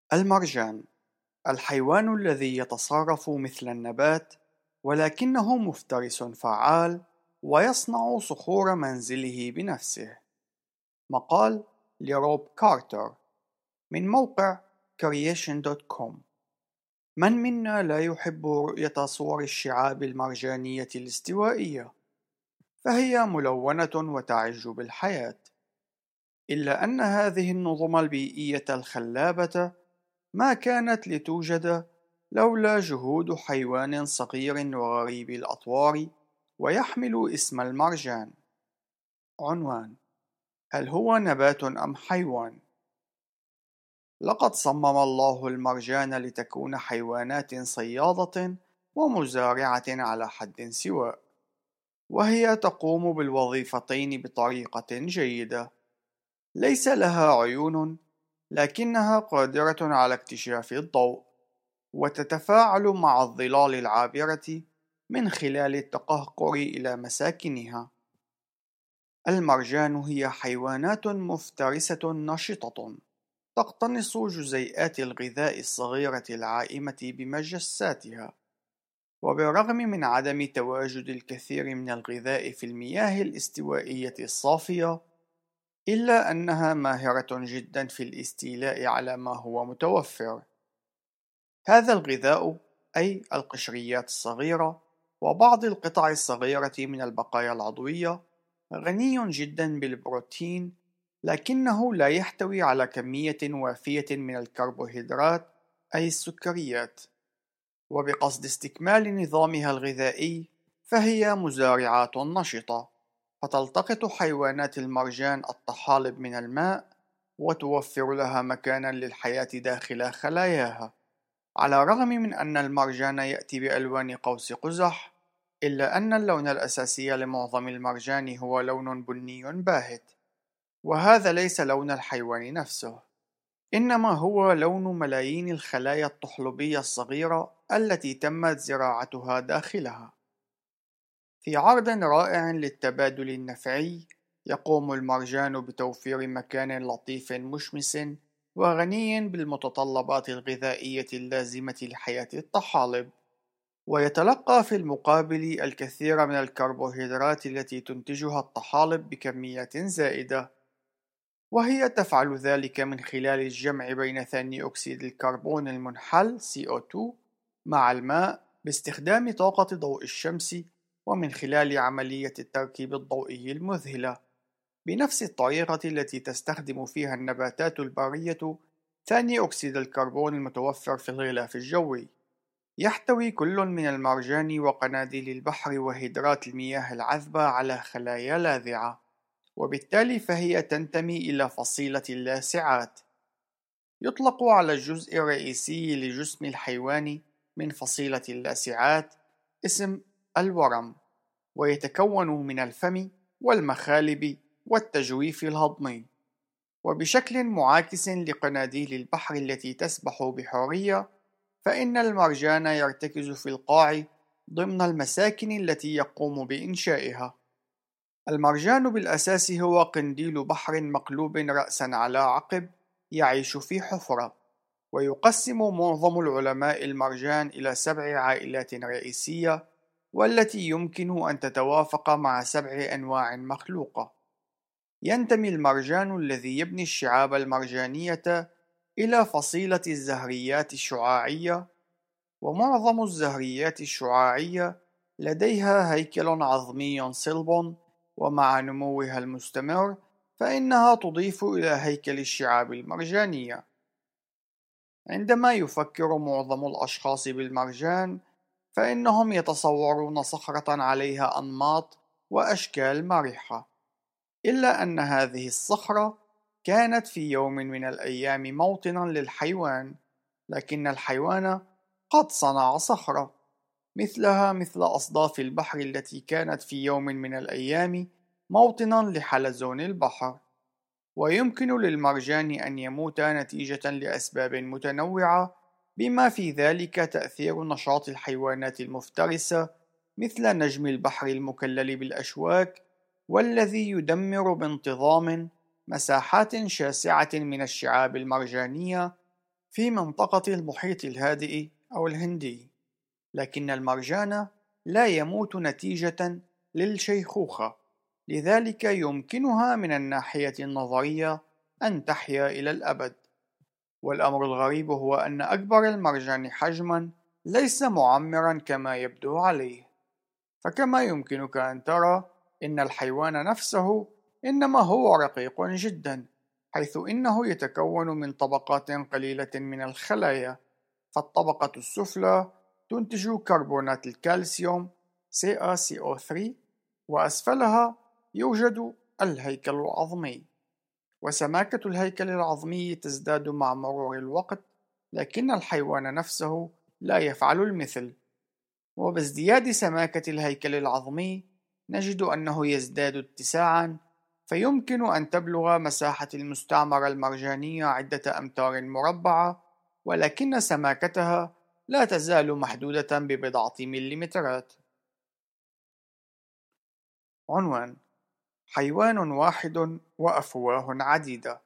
المرجان الحيوان الذي يتصرف مثل النبات، ولكنه مفترس فعال ويصنع صخور منزله بنفسه. مقال لروب كارتر من موقع creation.com. من منا لا يحب رؤية صور الشعاب المرجانية الاستوائية؟ فهي ملونة وتعج بالحياة، إلا أن هذه النظم البيئية الخلابة ما كانت لتوجد لولا جهود حيوان صغير وغريب الأطوار ويحمل اسم المرجان. عنوان: هل هو نبات أم حيوان؟ لقد صمم الله المرجان لتكون حيوانات صيادة ومزارعة على حد سواء، وهي تقوم بالوظيفتين بطريقة جيدة. ليس لها عيون، لكنها قادرة على اكتشاف الضوء، وتتفاعل مع الظلال العابرة من خلال التقهقر إلى مساكنها. المرجان هي حيوانات مفترسة نشطة، تقتنص جزيئات الغذاء الصغيرة العائمة بمجساتها. وبالرغم من عدم تواجد الكثير من الغذاء في المياه الاستوائية الصافية، إلا أنها ماهرة جدا في الاستيلاء على ما هو متوفر. هذا الغذاء، أي القشريات الصغيرة وبعض القطع الصغيرة من البقايا العضوية، غني جدا بالبروتين، لكنه لا يحتوي على كمية وافية من الكربوهيدرات أي السكريات. وبقصد استكمال نظامها الغذائي، فهي مزارعات نشطة، فتلتقط حيوانات المرجان الطحالب من الماء وتوفر لها مكانا للحياة داخل خلاياها. على الرغم من أن المرجان يأتي بألوان قوس قزح، إلا أن اللون الأساسي لمعظم المرجان هو لون بني باهت، وهذا ليس لون الحيوان نفسه، إنما هو لون ملايين الخلايا الطحلبية الصغيرة التي تمت زراعتها داخلها. في عرض رائع للتبادل النفعي، يقوم المرجان بتوفير مكان لطيف مشمس وغني بالمتطلبات الغذائية اللازمة لحياة الطحالب، ويتلقى في المقابل الكثير من الكربوهيدرات التي تنتجها الطحالب بكميات زائدة، وهي تفعل ذلك من خلال الجمع بين ثاني أكسيد الكربون المنحل CO2 مع الماء باستخدام طاقة ضوء الشمس، ومن خلال عملية التركيب الضوئي المذهلة، بنفس الطريقة التي تستخدم فيها النباتات البرية ثاني أكسيد الكربون المتوفر في الغلاف الجوي. يحتوي كل من المرجان وقناديل البحر وهيدرات المياه العذبة على خلايا لاذعة، وبالتالي فهي تنتمي إلى فصيلة اللاسعات. يطلق على الجزء الرئيسي لجسم الحيوان من فصيلة اللاسعات اسم الورم، ويتكون من الفم والمخالب والتجويف الهضمي. وبشكل معاكس لقناديل البحر التي تسبح بحرية، فإن المرجان يرتكز في القاع ضمن المساكن التي يقوم بإنشائها. المرجان بالأساس هو قنديل بحر مقلوب رأسا على عقب يعيش في حفرة، ويقسم معظم العلماء المرجان إلى 7 عائلات رئيسية، والتي يمكن أن تتوافق مع 7 أنواع مخلوقة. ينتمي المرجان الذي يبني الشعاب المرجانية إلى فصيلة الزهريات الشعاعية، ومعظم الزهريات الشعاعية لديها هيكل عظمي صلب، ومع نموها المستمر فإنها تضيف إلى هيكل الشعاب المرجانية. عندما يفكر معظم الأشخاص بالمرجان، فإنهم يتصورون صخرة عليها أنماط وأشكال مرحة، إلا أن هذه الصخرة كانت في يوم من الأيام موطنا للحيوان، لكن الحيوان قد صنع صخرة مثلها مثل أصداف البحر التي كانت في يوم من الأيام موطنا لحلزون البحر. ويمكن للمرجان أن يموت نتيجة لأسباب متنوعة، بما في ذلك تأثير نشاط الحيوانات المفترسة مثل نجم البحر المكلل بالأشواك، والذي يدمر بانتظام مساحات شاسعة من الشعاب المرجانية في منطقة المحيط الهادئ أو الهندي، لكن المرجان لا يموت نتيجة للشيخوخة، لذلك يمكنها من الناحية النظرية أن تحيا إلى الأبد. والأمر الغريب هو أن أكبر المرجان حجمًا ليس معمرًا كما يبدو عليه، فكما يمكنك أن ترى إن الحيوان نفسه إنما هو رقيق جدًا، حيث إنه يتكون من طبقات قليلة من الخلايا، فالطبقة السفلى تنتج كربونات الكالسيوم CaCO3، وأسفلها يوجد الهيكل العظمي. وسماكة الهيكل العظمي تزداد مع مرور الوقت، لكن الحيوان نفسه لا يفعل المثل. وبازدياد سماكة الهيكل العظمي نجد أنه يزداد اتساعًا، فيمكن أن تبلغ مساحة المستعمرة المرجانية عدة أمتار مربعة، ولكن سماكتها لا تزال محدودة ببضعة مليمترات. عنوان: حيوان واحد وأفواه عديدة.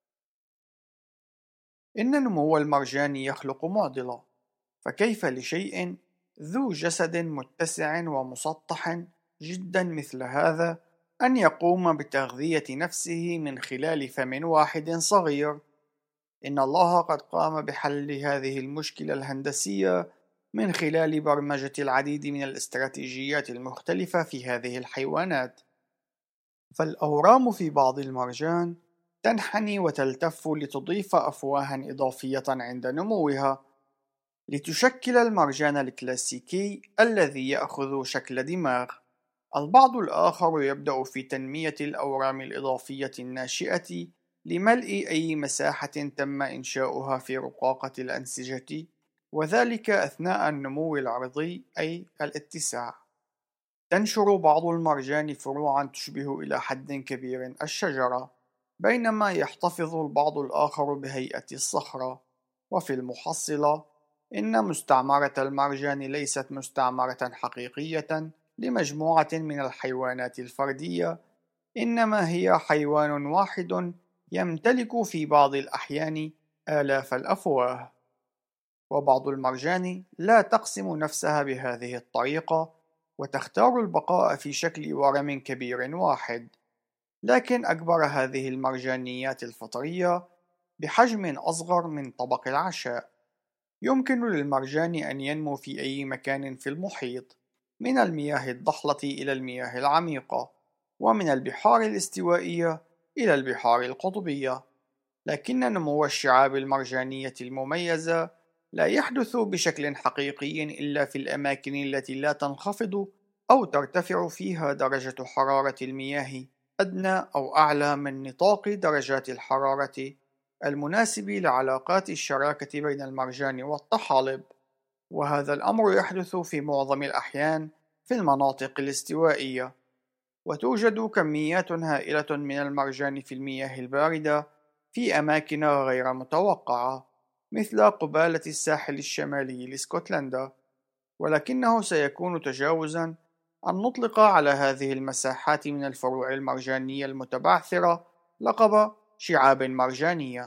إن نمو المرجان يخلق معضلة، فكيف لشيء ذو جسد متسع ومسطح جدا مثل هذا أن يقوم بتغذية نفسه من خلال فم واحد صغير؟ إن الله قد قام بحل هذه المشكلة الهندسية من خلال برمجة العديد من الاستراتيجيات المختلفة في هذه الحيوانات. فالأورام في بعض المرجان تنحني وتلتف لتضيف أفواها إضافية عند نموها، لتشكل المرجان الكلاسيكي الذي يأخذ شكل دماغ. البعض الآخر يبدأ في تنمية الأورام الإضافية الناشئة لملء أي مساحة تم إنشاؤها في رقاقة الأنسجة، وذلك أثناء النمو العرضي أي الاتساع. تنشر بعض المرجان فروعا تشبه إلى حد كبير الشجرة، بينما يحتفظ البعض الآخر بهيئة الصخرة. وفي المحصلة، إن مستعمرة المرجان ليست مستعمرة حقيقية لمجموعة من الحيوانات الفردية، إنما هي حيوان واحد يمتلك في بعض الأحيان آلاف الأفواه. وبعض المرجان لا تقسم نفسها بهذه الطريقة، وتختار البقاء في شكل ورم كبير واحد. لكن أكبر هذه المرجانيات الفطرية بحجم أصغر من طبق العشاء. يمكن للمرجان أن ينمو في أي مكان في المحيط، من المياه الضحلة إلى المياه العميقة، ومن البحار الاستوائية إلى البحار القطبية. لكن نمو الشعاب المرجانية المميزة لا يحدث بشكل حقيقي إلا في الأماكن التي لا تنخفض أو ترتفع فيها درجة حرارة المياه أدنى أو أعلى من نطاق درجات الحرارة المناسب لعلاقات الشراكة بين المرجان والطحالب. وهذا الأمر يحدث في معظم الأحيان في المناطق الاستوائية. وتوجد كميات هائلة من المرجان في المياه الباردة في أماكن غير متوقعة، مثل قبالة الساحل الشمالي لاسكتلندا. ولكنه سيكون تجاوزًا أن نطلق على هذه المساحات من الفروع المرجانية المتبعثرة لقب شعاب مرجانية.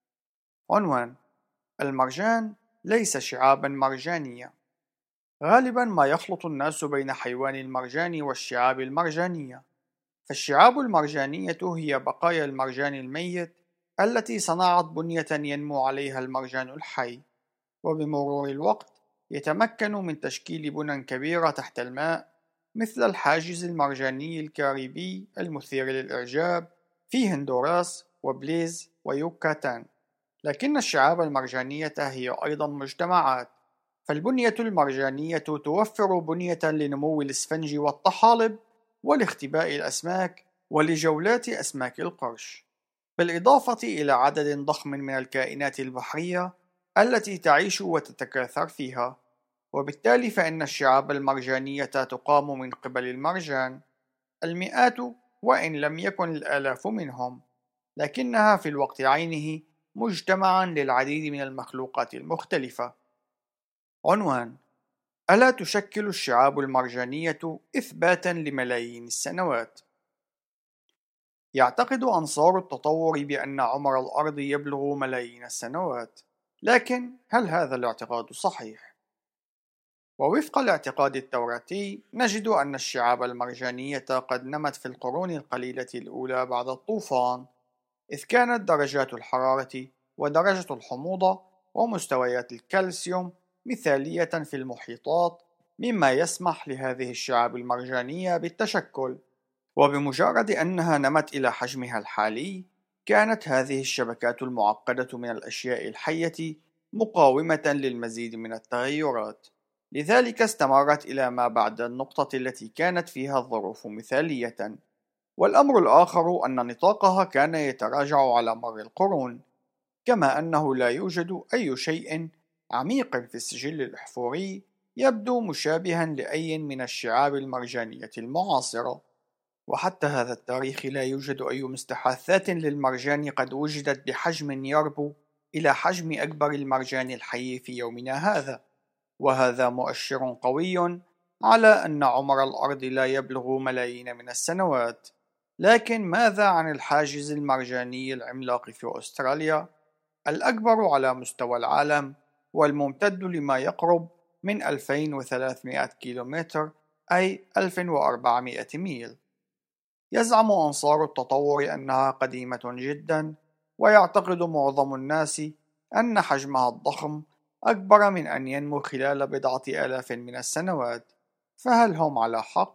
عنوان: المرجان ليس شعابًا مرجانية. غالبًا ما يخلط الناس بين حيوان المرجان والشعاب المرجانية. فالشعاب المرجانية هي بقايا المرجان الميت التي صنعت بنية ينمو عليها المرجان الحي، وبمرور الوقت يتمكن من تشكيل بنى كبيرة تحت الماء، مثل الحاجز المرجاني الكاريبي المثير للإعجاب في هندوراس وبليز ويوكاتان. لكن الشعاب المرجانية هي أيضا مجتمعات، فالبنية المرجانية توفر بنية لنمو الإسفنج والطحالب ولاختباء الأسماك ولجولات أسماك القرش، بالإضافة إلى عدد ضخم من الكائنات البحرية التي تعيش وتتكاثر فيها. وبالتالي فإن الشعاب المرجانية تقام من قبل المرجان، المئات وإن لم يكن الآلاف منهم، لكنها في الوقت عينه مجتمعا للعديد من المخلوقات المختلفة. عنوان: ألا تشكل الشعاب المرجانية إثباتًا لملايين السنوات؟ يعتقد أنصار التطور بأن عمر الأرض يبلغ ملايين السنوات، لكن هل هذا الاعتقاد صحيح؟ ووفق الاعتقاد التوراتي نجد أن الشعاب المرجانية قد نمت في القرون القليلة الأولى بعد الطوفان، إذ كانت درجات الحرارة ودرجة الحموضة ومستويات الكالسيوم مثالية في المحيطات، مما يسمح لهذه الشعاب المرجانية بالتشكل. وبمجرد أنها نمت إلى حجمها الحالي، كانت هذه الشبكات المعقدة من الأشياء الحية مقاومة للمزيد من التغيرات، لذلك استمرت إلى ما بعد النقطة التي كانت فيها الظروف مثالية. والأمر الآخر أن نطاقها كان يتراجع على مر القرون، كما أنه لا يوجد أي شيء عميق في السجل الأحفوري يبدو مشابها لأي من الشعاب المرجانية المعاصرة. وحتى هذا التاريخ لا يوجد أي مستحاثات للمرجان قد وجدت بحجم يربو إلى حجم أكبر المرجان الحي في يومنا هذا، وهذا مؤشر قوي على أن عمر الأرض لا يبلغ ملايين من السنوات. لكن ماذا عن الحاجز المرجاني العملاق في أستراليا، الأكبر على مستوى العالم والممتد لما يقرب من 2300 كيلومتر، أي 1400 ميل؟ يزعم أنصار التطور أنها قديمة جدا، ويعتقد معظم الناس أن حجمها الضخم أكبر من أن ينمو خلال بضعة آلاف من السنوات. فهل هم على حق؟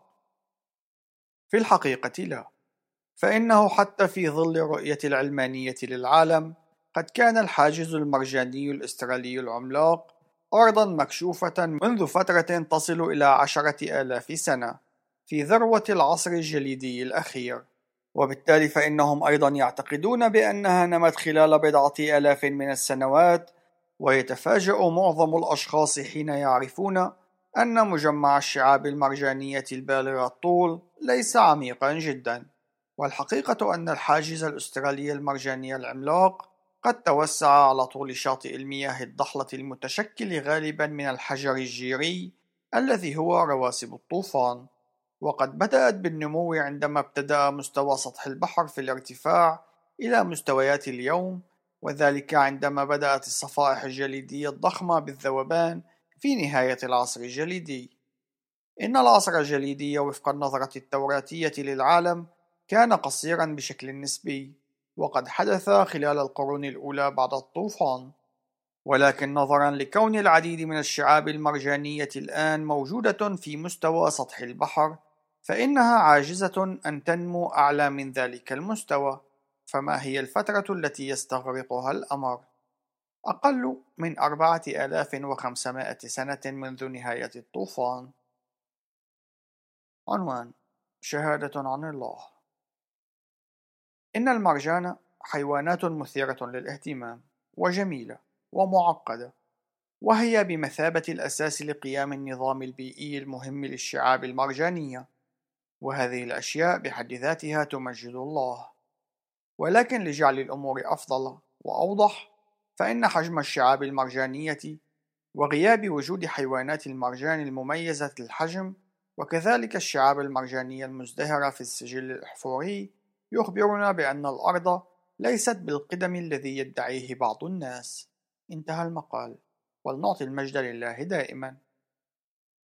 في الحقيقة لا، فإنه حتى في ظل الرؤية العلمانية للعالم، قد كان الحاجز المرجاني الأسترالي العملاق أرضا مكشوفة منذ فترة تصل إلى 10,000 سنة، في ذروة العصر الجليدي الأخير. وبالتالي فإنهم أيضا يعتقدون بأنها نمت خلال بضعة آلاف من السنوات، ويتفاجأ معظم الأشخاص حين يعرفون أن مجمع الشعاب المرجانية البالغ الطول ليس عميقا جدا. والحقيقة أن الحاجز الأسترالي المرجاني العملاق قد توسع على طول شاطئ المياه الضحلة المتشكل غالبا من الحجر الجيري الذي هو رواسب الطوفان، وقد بدأت بالنمو عندما ابتدأ مستوى سطح البحر في الارتفاع إلى مستويات اليوم، وذلك عندما بدأت الصفائح الجليدية الضخمة بالذوبان في نهاية العصر الجليدي. إن العصر الجليدي وفق النظرة التوراتية للعالم كان قصيرا بشكل نسبي، وقد حدث خلال القرون الأولى بعد الطوفان. ولكن نظرا لكون العديد من الشعاب المرجانية الآن موجودة في مستوى سطح البحر، فإنها عاجزة أن تنمو أعلى من ذلك المستوى. فما هي الفترة التي يستغرقها الأمر؟ أقل من 4500 سنة منذ نهاية الطوفان. عنوان: شهادة عن الله. إن المرجان حيوانات مثيرة للاهتمام، وجميلة، ومعقدة، وهي بمثابة الأساس لقيام النظام البيئي المهم للشعاب المرجانية، وهذه الأشياء بحد ذاتها تمجد الله. ولكن لجعل الأمور أفضل وأوضح، فإن حجم الشعاب المرجانية وغياب وجود حيوانات المرجان المميزة الحجم، وكذلك الشعاب المرجانية المزدهرة في السجل الأحفوري، يخبرنا بأن الأرض ليست بالقدم الذي يدعيه بعض الناس. انتهى المقال، ولنعطي المجد لله دائما.